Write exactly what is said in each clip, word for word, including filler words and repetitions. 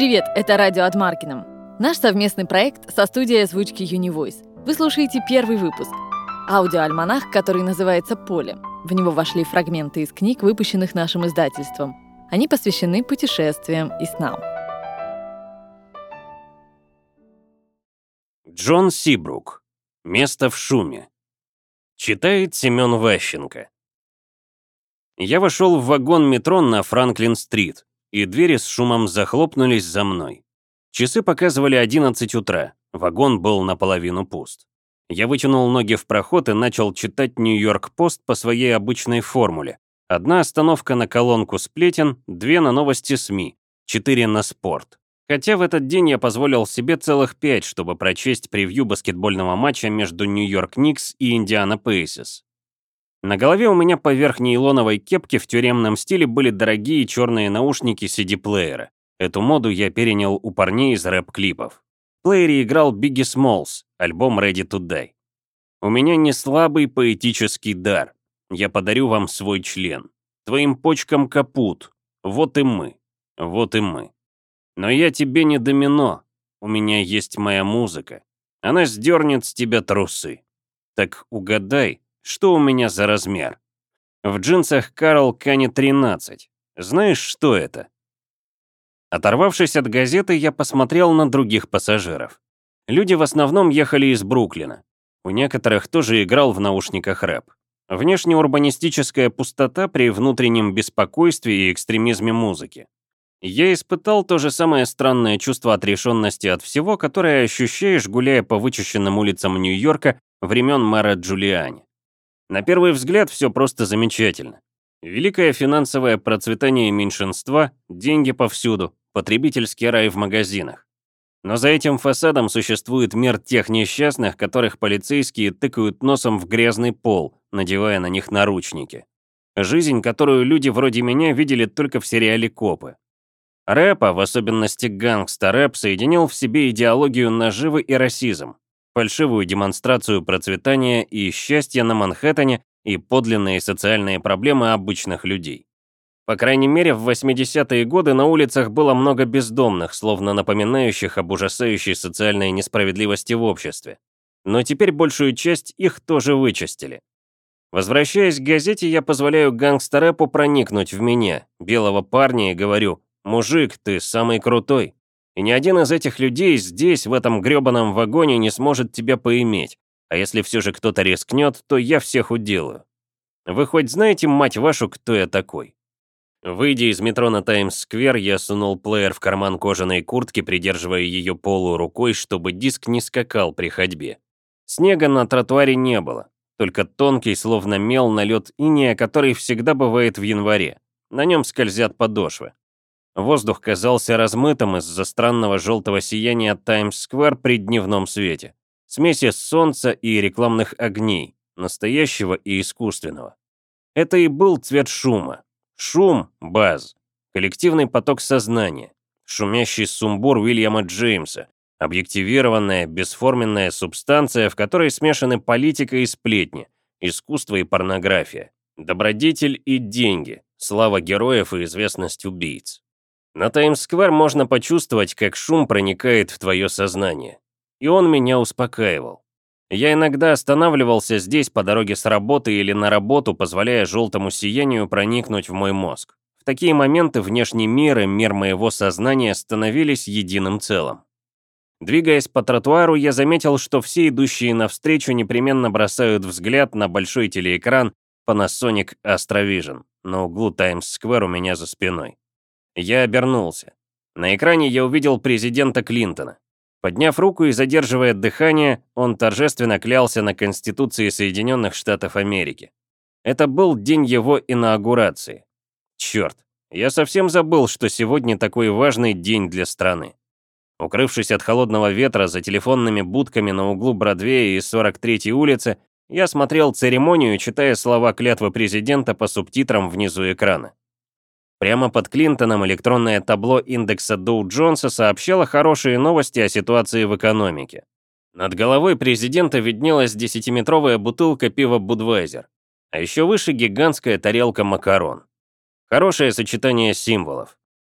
Привет, это радио от Маркином. Наш совместный проект со студией озвучки Univoice. Вы слушаете первый выпуск. Аудиоальманах, который называется «Поле». В него вошли фрагменты из книг, выпущенных нашим издательством. Они посвящены путешествиям и снам. Джон Сибрук. Место в шуме. Читает Семен Ващенко. Я вошел в вагон метро на Франклин-стрит, и двери с шумом захлопнулись за мной. Часы показывали одиннадцать утра, вагон был наполовину пуст. Я вытянул ноги в проход и начал читать Нью-Йорк-Пост по своей обычной формуле. Одна остановка на колонку сплетен, две на новости СМИ, четыре на спорт. Хотя в этот день я позволил себе целых пять, чтобы прочесть превью баскетбольного матча между Нью-Йорк Никс и Индиана Пейсерс. На голове у меня поверх нейлоновой кепки в тюремном стиле были дорогие черные наушники си ди-плеера. Эту моду я перенял у парней из рэп-клипов. В плеере играл Бигги Смолс, альбом Ready to Die. У меня не слабый поэтический дар. Я подарю вам свой член. Твоим почкам капут. Вот и мы. Вот и мы. Но я тебе не домино. У меня есть моя музыка. Она сдернет с тебя трусы. Так угадай, что у меня за размер? В джинсах Карл Кани тринадцать. Знаешь, что это? Оторвавшись от газеты, я посмотрел на других пассажиров. Люди в основном ехали из Бруклина. У некоторых тоже играл в наушниках рэп. Внешне урбанистическая пустота при внутреннем беспокойстве и экстремизме музыки. Я испытал то же самое странное чувство отрешенности от всего, которое ощущаешь, гуляя по вычищенным улицам Нью-Йорка времен мэра Джулиани. На первый взгляд все просто замечательно. Великое финансовое процветание меньшинства, деньги повсюду, потребительский рай в магазинах. Но за этим фасадом существует мир тех несчастных, которых полицейские тыкают носом в грязный пол, надевая на них наручники. Жизнь, которую люди вроде меня видели только в сериале «Копы». Рэп, а в особенности гангста-рэп, соединил в себе идеологию наживы и расизм, фальшивую демонстрацию процветания и счастья на Манхэттене и подлинные социальные проблемы обычных людей. По крайней мере, в восьмидесятые годы на улицах было много бездомных, словно напоминающих об ужасающей социальной несправедливости в обществе. Но теперь большую часть их тоже вычистили. Возвращаясь к газете, я позволяю гангста-рэпу проникнуть в меня, белого парня, и говорю: «Мужик, ты самый крутой. И ни один из этих людей здесь, в этом грёбаном вагоне, не сможет тебя поиметь. А если все же кто-то рискнет, то я всех уделаю. Вы хоть знаете, мать вашу, кто я такой?» Выйдя из метро на Таймс-сквер, я сунул плеер в карман кожаной куртки, придерживая ее полу рукой, чтобы диск не скакал при ходьбе. Снега на тротуаре не было, только тонкий, словно мел, налет инея, который всегда бывает в январе. На нем скользят подошвы. Воздух казался размытым из-за странного желтого сияния Таймс-сквер при дневном свете. Смеси солнца и рекламных огней, настоящего и искусственного. Это и был цвет шума. Шум — баз, коллективный поток сознания, шумящий сумбур Уильяма Джеймса, объективированная, бесформенная субстанция, в которой смешаны политика и сплетни, искусство и порнография, добродетель и деньги, слава героев и известность убийц. На Таймс-сквер можно почувствовать, как шум проникает в твое сознание. И он меня успокаивал. Я иногда останавливался здесь по дороге с работы или на работу, позволяя желтому сиянию проникнуть в мой мозг. В такие моменты внешний мир и мир моего сознания становились единым целым. Двигаясь по тротуару, я заметил, что все идущие навстречу непременно бросают взгляд на большой телеэкран Panasonic Astrovision на углу Таймс-сквер у меня за спиной. Я обернулся. На экране я увидел президента Клинтона. Подняв руку и задерживая дыхание, он торжественно клялся на Конституции Соединенных Штатов Америки. Это был день его инаугурации. Черт, я совсем забыл, что сегодня такой важный день для страны. Укрывшись от холодного ветра за телефонными будками на углу Бродвея и сорок третьей улицы, я смотрел церемонию, читая слова клятвы президента по субтитрам внизу экрана. Прямо под Клинтоном электронное табло индекса Доу-Джонса сообщало хорошие новости о ситуации в экономике. Над головой президента виднелась десятиметровая бутылка пива Будвайзер, а еще выше гигантская тарелка макарон. Хорошее сочетание символов.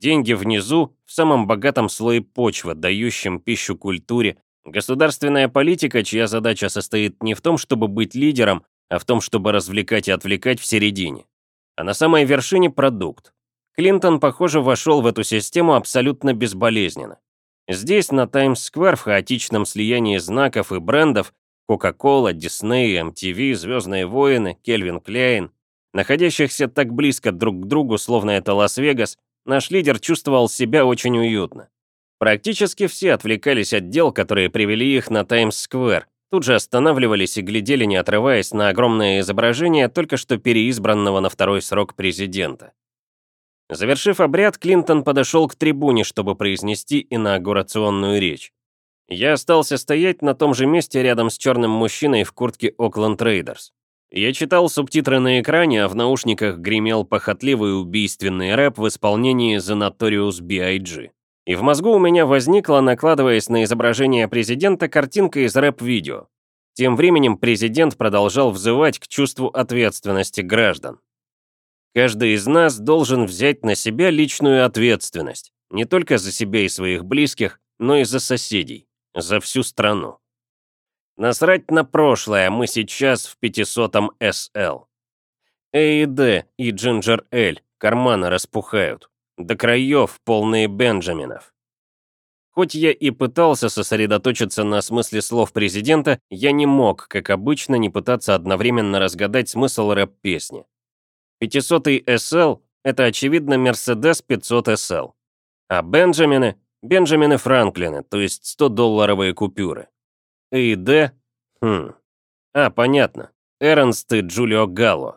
Деньги внизу, в самом богатом слое почвы, дающем пищу культуре. Государственная политика, чья задача состоит не в том, чтобы быть лидером, а в том, чтобы развлекать и отвлекать в середине. А на самой вершине продукт. Клинтон, похоже, вошел в эту систему абсолютно безболезненно. Здесь, на Таймс-сквер, в хаотичном слиянии знаков и брендов, Кока-кола, Дисней, эм ти ви, Звездные войны, Кельвин Кляйн, находящихся так близко друг к другу, словно это Лас-Вегас, наш лидер чувствовал себя очень уютно. Практически все отвлекались от дел, которые привели их на Таймс-сквер, тут же останавливались и глядели, не отрываясь, на огромное изображение только что переизбранного на второй срок президента. Завершив обряд, Клинтон подошел к трибуне, чтобы произнести инаугурационную речь. Я остался стоять на том же месте рядом с черным мужчиной в куртке Окленд Рейдерс. Я читал субтитры на экране, а в наушниках гремел похотливый убийственный рэп в исполнении The Notorious би ай джи. И в мозгу у меня возникла, накладываясь на изображение президента, картинка из рэп-видео. Тем временем президент продолжал взывать к чувству ответственности граждан. Каждый из нас должен взять на себя личную ответственность, не только за себя и своих близких, но и за соседей, за всю страну. Насрать на прошлое, мы сейчас в пятисотом эс эл. эй и ди и Ginger Ale карманы распухают, до краев полные Бенджаминов. Хоть я и пытался сосредоточиться на смысле слов президента, я не мог, как обычно, не пытаться одновременно разгадать смысл рэп-песни. пятисотый эс эл — это, очевидно, Mercedes пятьсот эс эл. А Бенджамины — Бенджамины Франклины, то есть сто-долларовые купюры. эй и ди? Хм. А, понятно. Эрнст и Джулио Галло.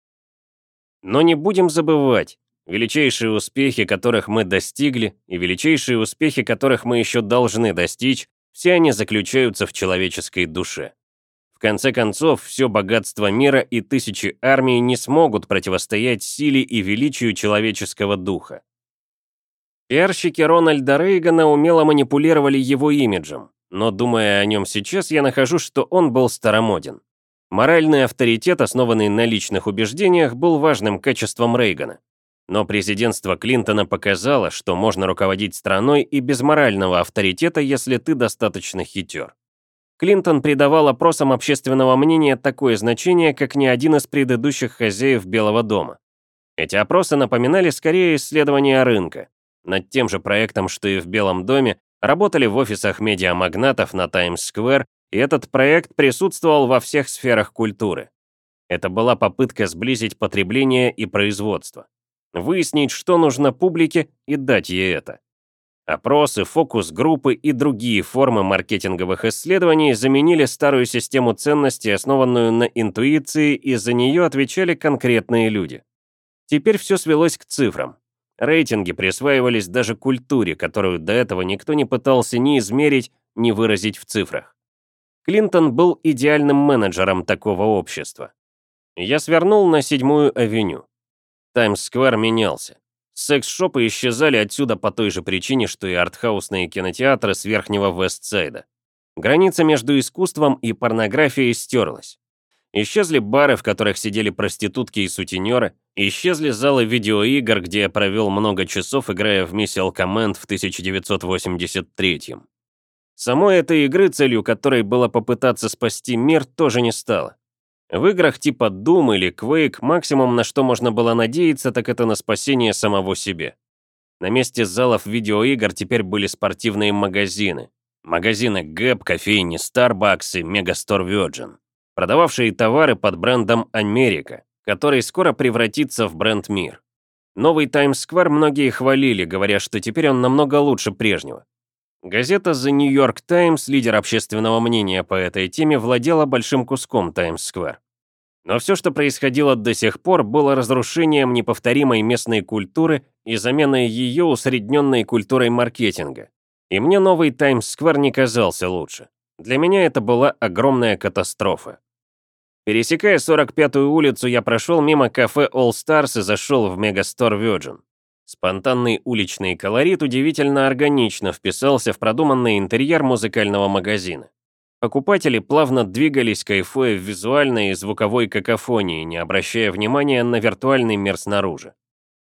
Но не будем забывать, величайшие успехи, которых мы достигли, и величайшие успехи, которых мы еще должны достичь, все они заключаются в человеческой душе. В конце концов, все богатство мира и тысячи армий не смогут противостоять силе и величию человеческого духа. Пиарщики Рональда Рейгана умело манипулировали его имиджем, но, думая о нем сейчас, я нахожу, что он был старомоден. Моральный авторитет, основанный на личных убеждениях, был важным качеством Рейгана. Но президентство Клинтона показало, что можно руководить страной и без морального авторитета, если ты достаточно хитер. Клинтон придавал опросам общественного мнения такое значение, как ни один из предыдущих хозяев Белого дома. Эти опросы напоминали скорее исследования рынка. Над тем же проектом, что и в Белом доме, работали в офисах медиамагнатов на Таймс-сквер, и этот проект присутствовал во всех сферах культуры. Это была попытка сблизить потребление и производство. Выяснить, что нужно публике, и дать ей это. Опросы, фокус-группы и другие формы маркетинговых исследований заменили старую систему ценностей, основанную на интуиции, и за нее отвечали конкретные люди. Теперь все свелось к цифрам. Рейтинги присваивались даже культуре, которую до этого никто не пытался ни измерить, ни выразить в цифрах. Клинтон был идеальным менеджером такого общества. Я свернул на седьмую авеню. Таймс-сквер менялся. Секс-шопы исчезали отсюда по той же причине, что и артхаусные кинотеатры с верхнего Вестсайда. Граница между искусством и порнографией стерлась. Исчезли бары, в которых сидели проститутки и сутенеры, исчезли залы видеоигр, где я провел много часов, играя в Missile Command в тысяча девятьсот восемьдесят третьем. Самой этой игры, целью которой было попытаться спасти мир, тоже не стало. В играх типа Doom или Quake максимум, на что можно было надеяться, так это на спасение самого себя. На месте залов видеоигр теперь были спортивные магазины. Магазины Гэп, кофейни Starbucks и Megastore Virgin, продававшие товары под брендом Америка, который скоро превратится в бренд Мир. Новый Таймс-сквер многие хвалили, говоря, что теперь он намного лучше прежнего. Газета The New York Times, лидер общественного мнения по этой теме, владела большим куском Таймс-сквер. Но все, что происходило до сих пор, было разрушением неповторимой местной культуры и заменой ее усредненной культурой маркетинга. И мне новый Таймс-сквер не казался лучше. Для меня это была огромная катастрофа. Пересекая сорок пятую улицу, я прошел мимо кафе All Stars и зашел в Megastore Virgin. Спонтанный уличный колорит удивительно органично вписался в продуманный интерьер музыкального магазина. Покупатели плавно двигались, кайфуя в визуальной и звуковой какофонии, не обращая внимания на виртуальный мир снаружи.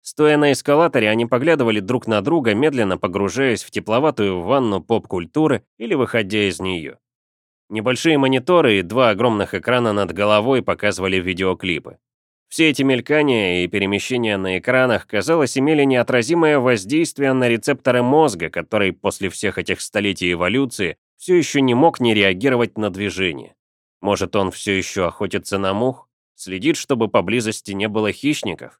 Стоя на эскалаторе, они поглядывали друг на друга, медленно погружаясь в тепловатую ванну поп-культуры или выходя из нее. Небольшие мониторы и два огромных экрана над головой показывали видеоклипы. Все эти мелькания и перемещения на экранах, казалось, имели неотразимое воздействие на рецепторы мозга, который после всех этих столетий эволюции все еще не мог не реагировать на движение. Может, он все еще охотится на мух? Следит, чтобы поблизости не было хищников?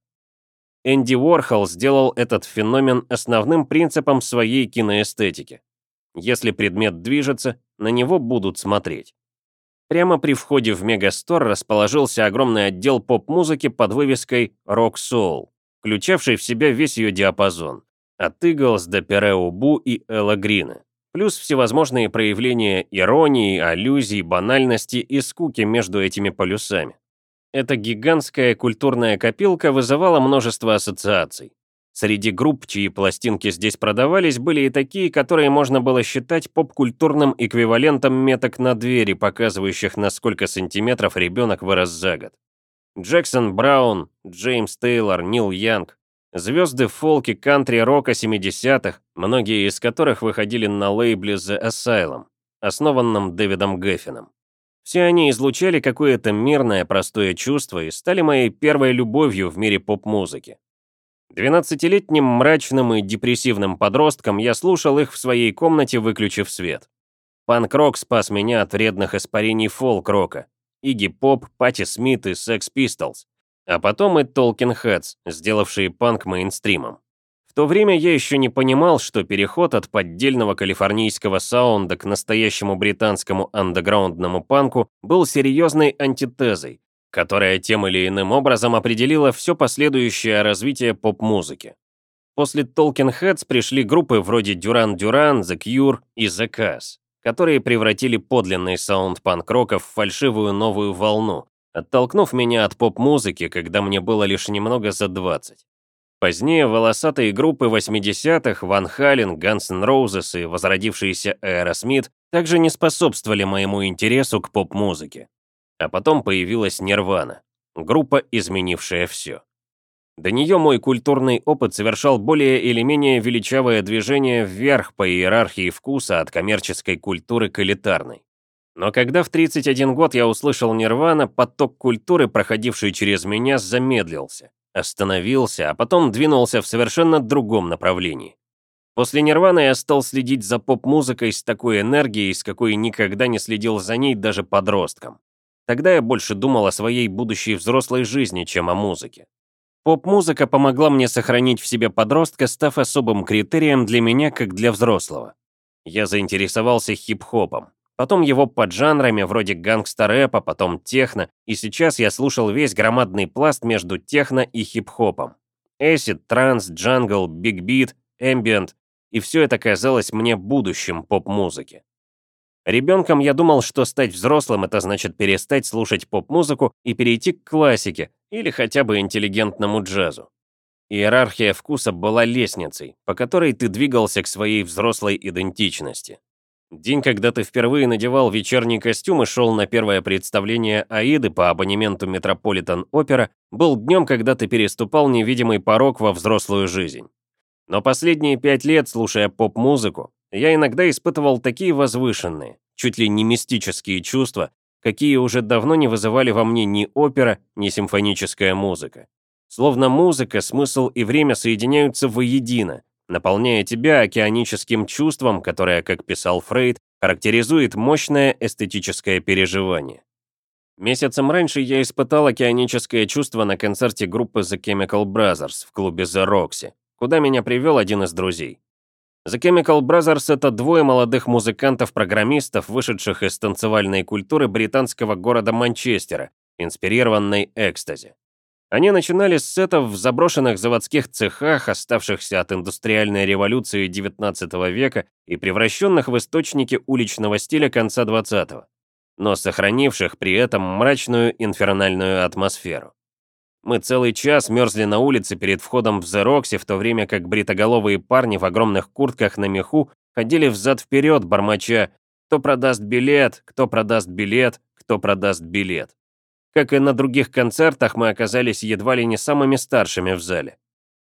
Энди Уорхол сделал этот феномен основным принципом своей киноэстетики. Если предмет движется, на него будут смотреть. Прямо при входе в Мегастор расположился огромный отдел поп-музыки под вывеской «Rock Soul», включавший в себя весь ее диапазон, от Иглз до Перео Бу и Элла Грина, плюс всевозможные проявления иронии, аллюзий, банальности и скуки между этими полюсами. Эта гигантская культурная копилка вызывала множество ассоциаций. Среди групп, чьи пластинки здесь продавались, были и такие, которые можно было считать поп-культурным эквивалентом меток на двери, показывающих, на сколько сантиметров ребенок вырос за год. Джексон Браун, Джеймс Тейлор, Нил Янг. Звезды фолки, кантри, рока семидесятых, многие из которых выходили на лейбле The Asylum, основанном Дэвидом Геффином. Все они излучали какое-то мирное, простое чувство и стали моей первой любовью в мире поп-музыки. двенадцатилетним мрачным и депрессивным подростком я слушал их в своей комнате, выключив свет. Панк-рок спас меня от вредных испарений фолк-рока. Игги Поп, Патти Смит и Sex Pistols. А потом и Talking Heads, сделавшие панк мейнстримом. В то время я еще не понимал, что переход от поддельного калифорнийского саунда к настоящему британскому андеграундному панку был серьезной антитезой, которая тем или иным образом определила все последующее развитие поп-музыки. После Talking Heads пришли группы вроде Duran Duran, The Cure и The Cars, которые превратили подлинный саунд панк-рока в фальшивую новую волну, оттолкнув меня от поп-музыки, когда мне было лишь немного за двадцать. Позднее волосатые группы восьмидесятых, Ван Хален, Guns N' Roses и возродившийся Aerosmith также не способствовали моему интересу к поп-музыке. А потом появилась Нирвана, группа, изменившая все. До нее мой культурный опыт совершал более или менее величавое движение вверх по иерархии вкуса от коммерческой культуры к элитарной. Но когда в тридцать один год я услышал Нирвана, поток культуры, проходивший через меня, замедлился, остановился, а потом двинулся в совершенно другом направлении. После Нирваны я стал следить за поп-музыкой с такой энергией, с какой никогда не следил за ней даже подростком. Тогда я больше думал о своей будущей взрослой жизни, чем о музыке. Поп-музыка помогла мне сохранить в себе подростка, став особым критерием для меня, как для взрослого. Я заинтересовался хип-хопом, потом его поджанрами вроде гангста-рэпа, потом техно, и сейчас я слушал весь громадный пласт между техно и хип-хопом. Эсид, транс, джангл, биг-бит, эмбиент, и все это казалось мне будущим поп-музыки. Ребенком я думал, что стать взрослым — это значит перестать слушать поп-музыку и перейти к классике или хотя бы интеллигентному джазу. Иерархия вкуса была лестницей, по которой ты двигался к своей взрослой идентичности. День, когда ты впервые надевал вечерний костюм и шел на первое представление Аиды по абонементу Метрополитен Опера, был днем, когда ты переступал невидимый порог во взрослую жизнь. Но последние пять лет, слушая поп-музыку, я иногда испытывал такие возвышенные, чуть ли не мистические чувства, какие уже давно не вызывали во мне ни опера, ни симфоническая музыка. Словно музыка, смысл и время соединяются воедино, наполняя тебя океаническим чувством, которое, как писал Фрейд, характеризует мощное эстетическое переживание. Месяцем раньше я испытал океаническое чувство на концерте группы The Chemical Brothers в клубе The Roxy, куда меня привел один из друзей. The Chemical Brothers — это двое молодых музыкантов-программистов, вышедших из танцевальной культуры британского города Манчестера, инспирированной экстази. Они начинали с сетов в заброшенных заводских цехах, оставшихся от индустриальной революции девятнадцатого века и превращенных в источники уличного стиля конца двадцатого, но сохранивших при этом мрачную инфернальную атмосферу. Мы целый час мерзли на улице перед входом в The Roxy, в то время как бритоголовые парни в огромных куртках на меху ходили взад-вперед, бормоча «Кто продаст билет? Кто продаст билет? Кто продаст билет?». Как и на других концертах, мы оказались едва ли не самыми старшими в зале.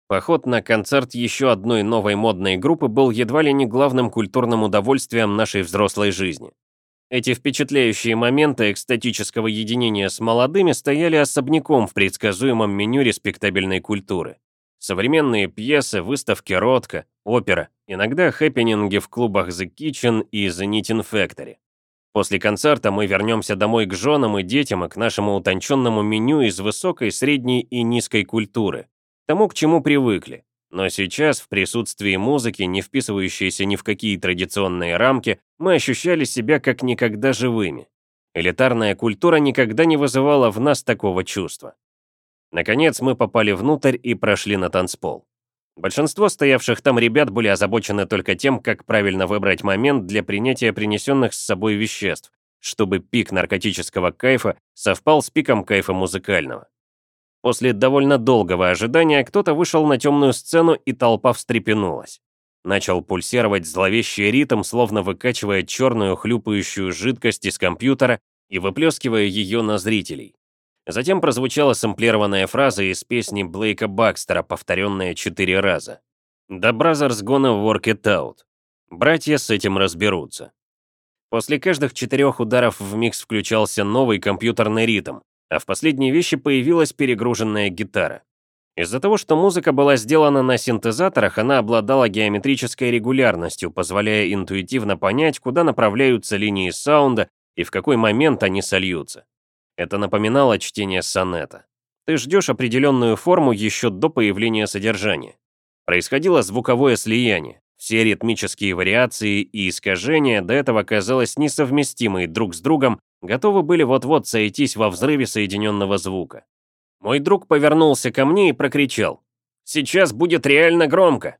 Поход на концерт еще одной новой модной группы был едва ли не главным культурным удовольствием нашей взрослой жизни. Эти впечатляющие моменты экстатического единения с молодыми стояли особняком в предсказуемом меню респектабельной культуры. Современные пьесы, выставки Ротко, опера, иногда хэппининги в клубах The Kitchen и The Knitting Factory. После концерта мы вернемся домой к женам и детям и к нашему утонченному меню из высокой, средней и низкой культуры, тому, к чему привыкли. Но сейчас, в присутствии музыки, не вписывающейся ни в какие традиционные рамки, мы ощущали себя как никогда живыми. Элитарная культура никогда не вызывала в нас такого чувства. Наконец мы попали внутрь и прошли на танцпол. Большинство стоявших там ребят были озабочены только тем, как правильно выбрать момент для принятия принесенных с собой веществ, чтобы пик наркотического кайфа совпал с пиком кайфа музыкального. После довольно долгого ожидания кто-то вышел на темную сцену, и толпа встрепенулась. Начал пульсировать зловещий ритм, словно выкачивая черную хлюпающую жидкость из компьютера и выплескивая ее на зрителей. Затем прозвучала сэмплированная фраза из песни Блейка Бакстера, повторенная четыре раза. «The brothers gonna work it out». Братья с этим разберутся. После каждых четырех ударов в микс включался новый компьютерный ритм, а в последней вещи появилась перегруженная гитара. Из-за того, что музыка была сделана на синтезаторах, она обладала геометрической регулярностью, позволяя интуитивно понять, куда направляются линии саунда и в какой момент они сольются. Это напоминало чтение сонета. Ты ждешь определенную форму еще до появления содержания. Происходило звуковое слияние. Все ритмические вариации и искажения, до этого казалось несовместимые друг с другом, готовы были вот-вот сойтись во взрыве соединенного звука. Мой друг повернулся ко мне и прокричал: «Сейчас будет реально громко!»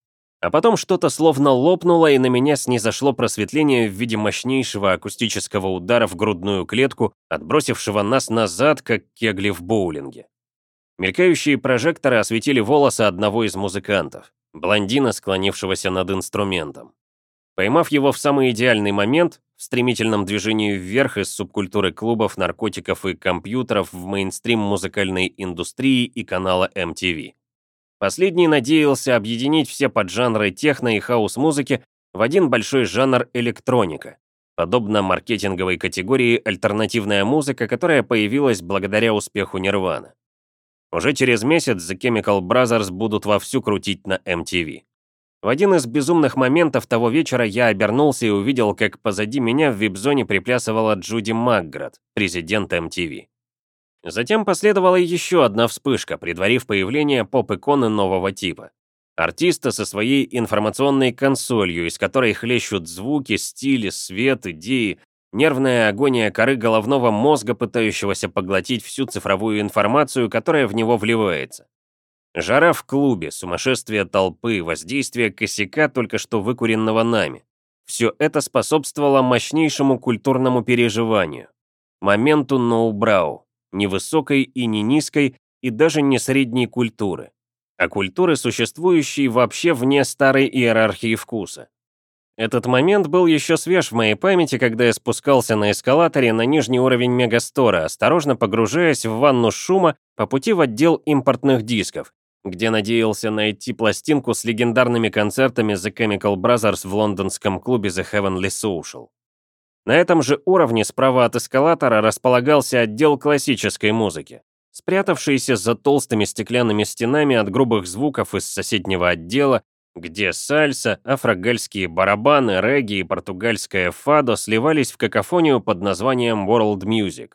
А потом что-то словно лопнуло, и на меня снизошло просветление в виде мощнейшего акустического удара в грудную клетку, отбросившего нас назад, как кегли в боулинге. Мелькающие прожекторы осветили волосы одного из музыкантов, блондина, склонившегося над инструментом. Поймав его в самый идеальный момент, в стремительном движении вверх из субкультуры клубов, наркотиков и компьютеров в мейнстрим музыкальной индустрии и канала эм ти ви. Последний надеялся объединить все поджанры техно и хаус-музыки в один большой жанр электроника, подобно маркетинговой категории альтернативная музыка, которая появилась благодаря успеху Нирваны. Уже через месяц The Chemical Brothers будут вовсю крутить на эм ти ви. В один из безумных моментов того вечера я обернулся и увидел, как позади меня в вип-зоне приплясывала Джуди Макград, президент эм ти ви. Затем последовала еще одна вспышка, предварив появление поп-иконы нового типа. Артиста со своей информационной консолью, из которой хлещут звуки, стили, свет, идеи, нервная агония коры головного мозга, пытающегося поглотить всю цифровую информацию, которая в него вливается. Жара в клубе, сумасшествие толпы, воздействие косяка, только что выкуренного нами. Все это способствовало мощнейшему культурному переживанию. Моменту ноу-брау, ни высокой и не низкой, и даже не средней культуры, а культуры, существующей вообще вне старой иерархии вкуса. Этот момент был еще свеж в моей памяти, когда я спускался на эскалаторе на нижний уровень Мегастора, осторожно погружаясь в ванну шума по пути в отдел импортных дисков, где надеялся найти пластинку с легендарными концертами The Chemical Brothers в лондонском клубе The Heavenly Social. На этом же уровне справа от эскалатора располагался отдел классической музыки, спрятавшийся за толстыми стеклянными стенами от грубых звуков из соседнего отдела, где сальса, афрогальские барабаны, регги и португальское фадо сливались в какофонию под названием World Music.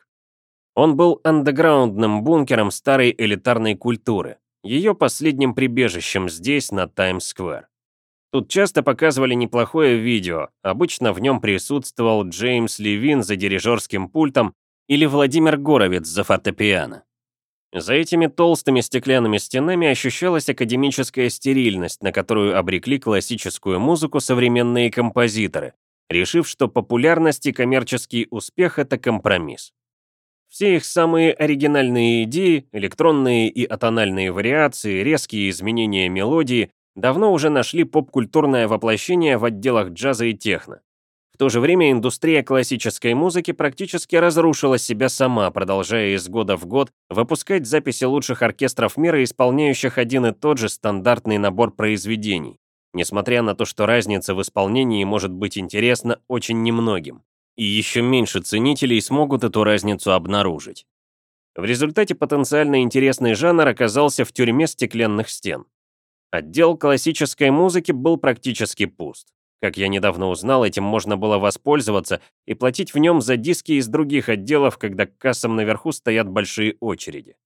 Он был андеграундным бункером старой элитарной культуры, ее последним прибежищем здесь, на Таймс-сквер. Тут часто показывали неплохое видео, обычно в нем присутствовал Джеймс Левин за дирижерским пультом или Владимир Горовец за фортепиано. За этими толстыми стеклянными стенами ощущалась академическая стерильность, на которую обрекли классическую музыку современные композиторы, решив, что популярность и коммерческий успех — это компромисс. Все их самые оригинальные идеи, электронные и атональные вариации, резкие изменения мелодии давно уже нашли поп-культурное воплощение в отделах джаза и техно. В то же время индустрия классической музыки практически разрушила себя сама, продолжая из года в год выпускать записи лучших оркестров мира, исполняющих один и тот же стандартный набор произведений, несмотря на то, что разница в исполнении может быть интересна очень немногим, и еще меньше ценителей смогут эту разницу обнаружить. В результате потенциально интересный жанр оказался в тюрьме стеклянных стен. Отдел классической музыки был практически пуст. Как я недавно узнал, этим можно было воспользоваться и платить в нем за диски из других отделов, когда к кассам наверху стоят большие очереди.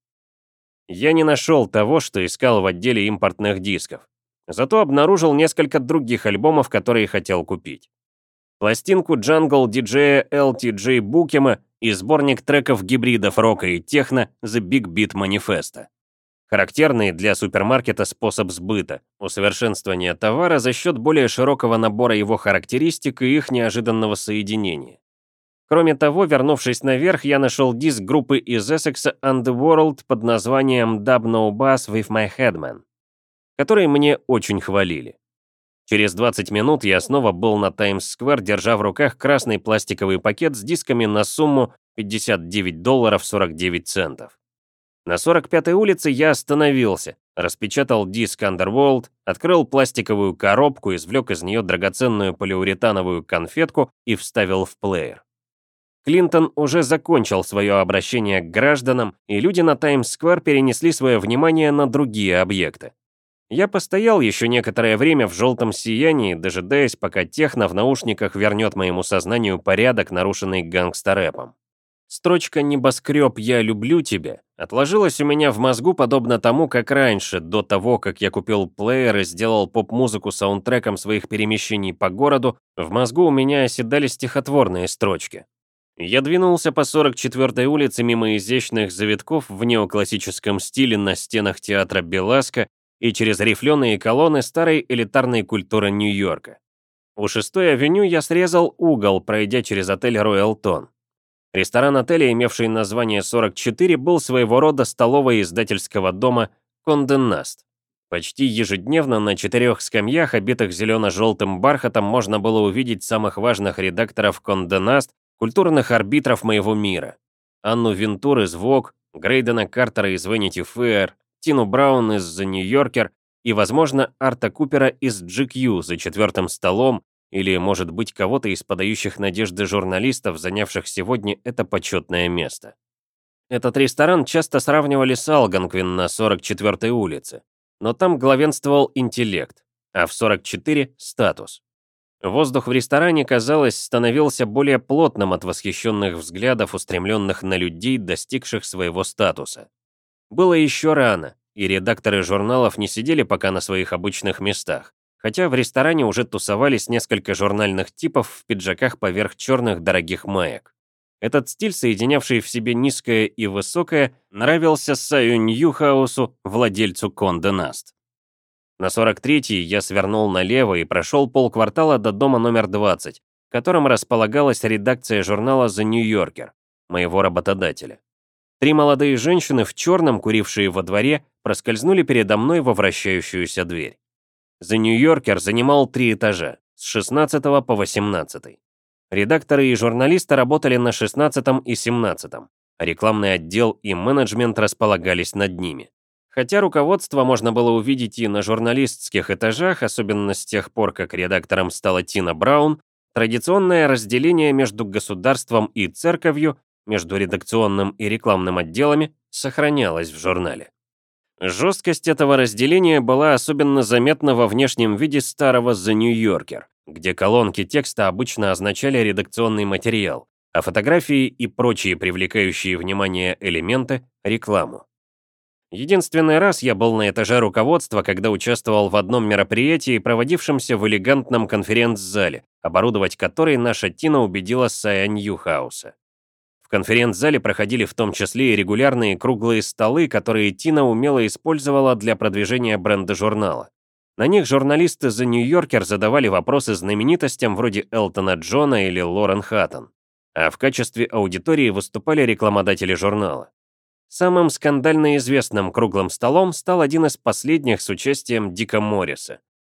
Я не нашел того, что искал в отделе импортных дисков. Зато обнаружил несколько других альбомов, которые хотел купить. Пластинку джангл диджея эл ти джей Букема и сборник треков гибридов рока и техно The Big Beat Manifesto. Характерный для супермаркета способ сбыта, усовершенствование товара за счет более широкого набора его характеристик и их неожиданного соединения. Кроме того, вернувшись наверх, я нашел диск группы из Эссекса Underworld под названием Dub No Bass with My Headman, который мне очень хвалили. Через двадцать минут я снова был на Таймс-сквер, держа в руках красный пластиковый пакет с дисками на сумму пятьдесят девять долларов сорок девять центов. На сорок пятой улице я остановился, распечатал диск Underworld, открыл пластиковую коробку, извлек из нее драгоценную полиуретановую конфетку и вставил в плеер. Клинтон уже закончил свое обращение к гражданам, и люди на Таймс-сквер перенесли свое внимание на другие объекты. Я постоял еще некоторое время в желтом сиянии, дожидаясь, пока техно в наушниках вернет моему сознанию порядок, нарушенный гангстер-рэпом. Строчка «Небоскреб, я люблю тебя» отложилась у меня в мозгу подобно тому, как раньше, до того, как я купил плеер и сделал поп-музыку саундтреком своих перемещений по городу, в мозгу у меня оседали стихотворные строчки. Я двинулся по сорок четвёртой улице мимо изящных завитков в неоклассическом стиле на стенах театра Беласко и через рифленые колонны старой элитарной культуры Нью-Йорка. У шестой авеню я срезал угол, пройдя через отель Royal Ton. Ресторан отеля, имевший название сорок четыре, был своего рода столовой издательского дома Condé Nast. Почти ежедневно на четырех скамьях, обитых зелено-желтым бархатом, можно было увидеть самых важных редакторов Condé Nast, культурных арбитров моего мира. Анну Вентур из Vogue, Грейдена Картера из Vanity Fair, Тину Браун из The New Yorker и, возможно, Арта Купера из джи кью за четвертым столом, или, может быть, кого-то из подающих надежды журналистов, занявших сегодня это почетное место. Этот ресторан часто сравнивали с Алгонквин на сорок четвёртой улице, но там главенствовал интеллект, а в сорок четыре — статус. Воздух в ресторане, казалось, становился более плотным от восхищенных взглядов, устремленных на людей, достигших своего статуса. Было еще рано, и редакторы журналов не сидели пока на своих обычных местах. Хотя в ресторане уже тусовались несколько журнальных типов в пиджаках поверх черных дорогих маек. Этот стиль, соединявший в себе низкое и высокое, нравился Саю Ньюхаусу, владельцу Condé Nast. На сорок третьей я свернул налево и прошел полквартала до дома номер двадцать, в котором располагалась редакция журнала The New Yorker, моего работодателя. Три молодые женщины в черном, курившие во дворе, проскользнули передо мной во вращающуюся дверь. The New Yorker занимал три этажа, с шестнадцатого по восемнадцатый. Редакторы и журналисты работали на шестнадцатом и семнадцатом, а рекламный отдел и менеджмент располагались над ними. Хотя руководство можно было увидеть и на журналистских этажах, особенно с тех пор, как редактором стала Тина Браун, традиционное разделение между государством и церковью, между редакционным и рекламным отделами, сохранялось в журнале. Жесткость этого разделения была особенно заметна во внешнем виде старого The New Yorker, где колонки текста обычно означали редакционный материал, а фотографии и прочие привлекающие внимание элементы — рекламу. Единственный раз я был на этаже руководства, когда участвовал в одном мероприятии, проводившемся в элегантном конференц-зале, оборудовать который наша Тина убедила Сая Ньюхауса. В конференц-зале проходили в том числе и регулярные круглые столы, которые Тина умело использовала для продвижения бренда журнала. На них журналисты The New Yorker задавали вопросы знаменитостям вроде Элтона Джона или Лорен Хаттон, а в качестве аудитории выступали рекламодатели журнала. Самым скандально известным круглым столом стал один из последних с участием Дика Морриса.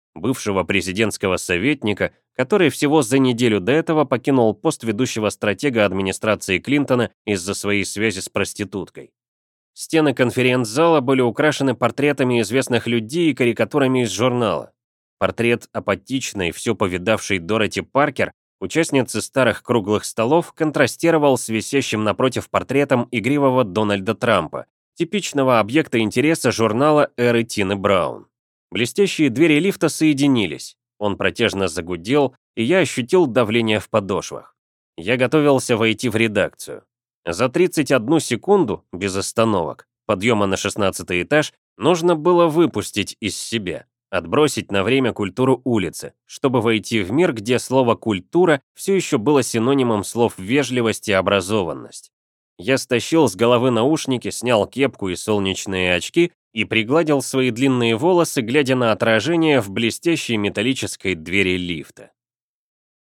бывшего президентского советника, который всего за неделю до этого покинул пост ведущего стратега администрации Клинтона из-за своей связи с проституткой. Стены конференц-зала были украшены портретами известных людей и карикатурами из журнала. Портрет апатичной, все повидавшей Дороти Паркер, участницы старых круглых столов, контрастировал с висящим напротив портретом игривого Дональда Трампа, типичного объекта интереса журнала эры Тины Браун. Блестящие двери лифта соединились. Он протяжно загудел, и я ощутил давление в подошвах. Я готовился войти в редакцию. За тридцать одну секунду, без остановок, подъема на шестнадцатый этаж, нужно было выпустить из себя, отбросить на время культуру улицы, чтобы войти в мир, где слово «культура» все еще было синонимом слов «вежливость» и «образованность». Я стащил с головы наушники, снял кепку и солнечные очки и пригладил свои длинные волосы, глядя на отражение в блестящей металлической двери лифта.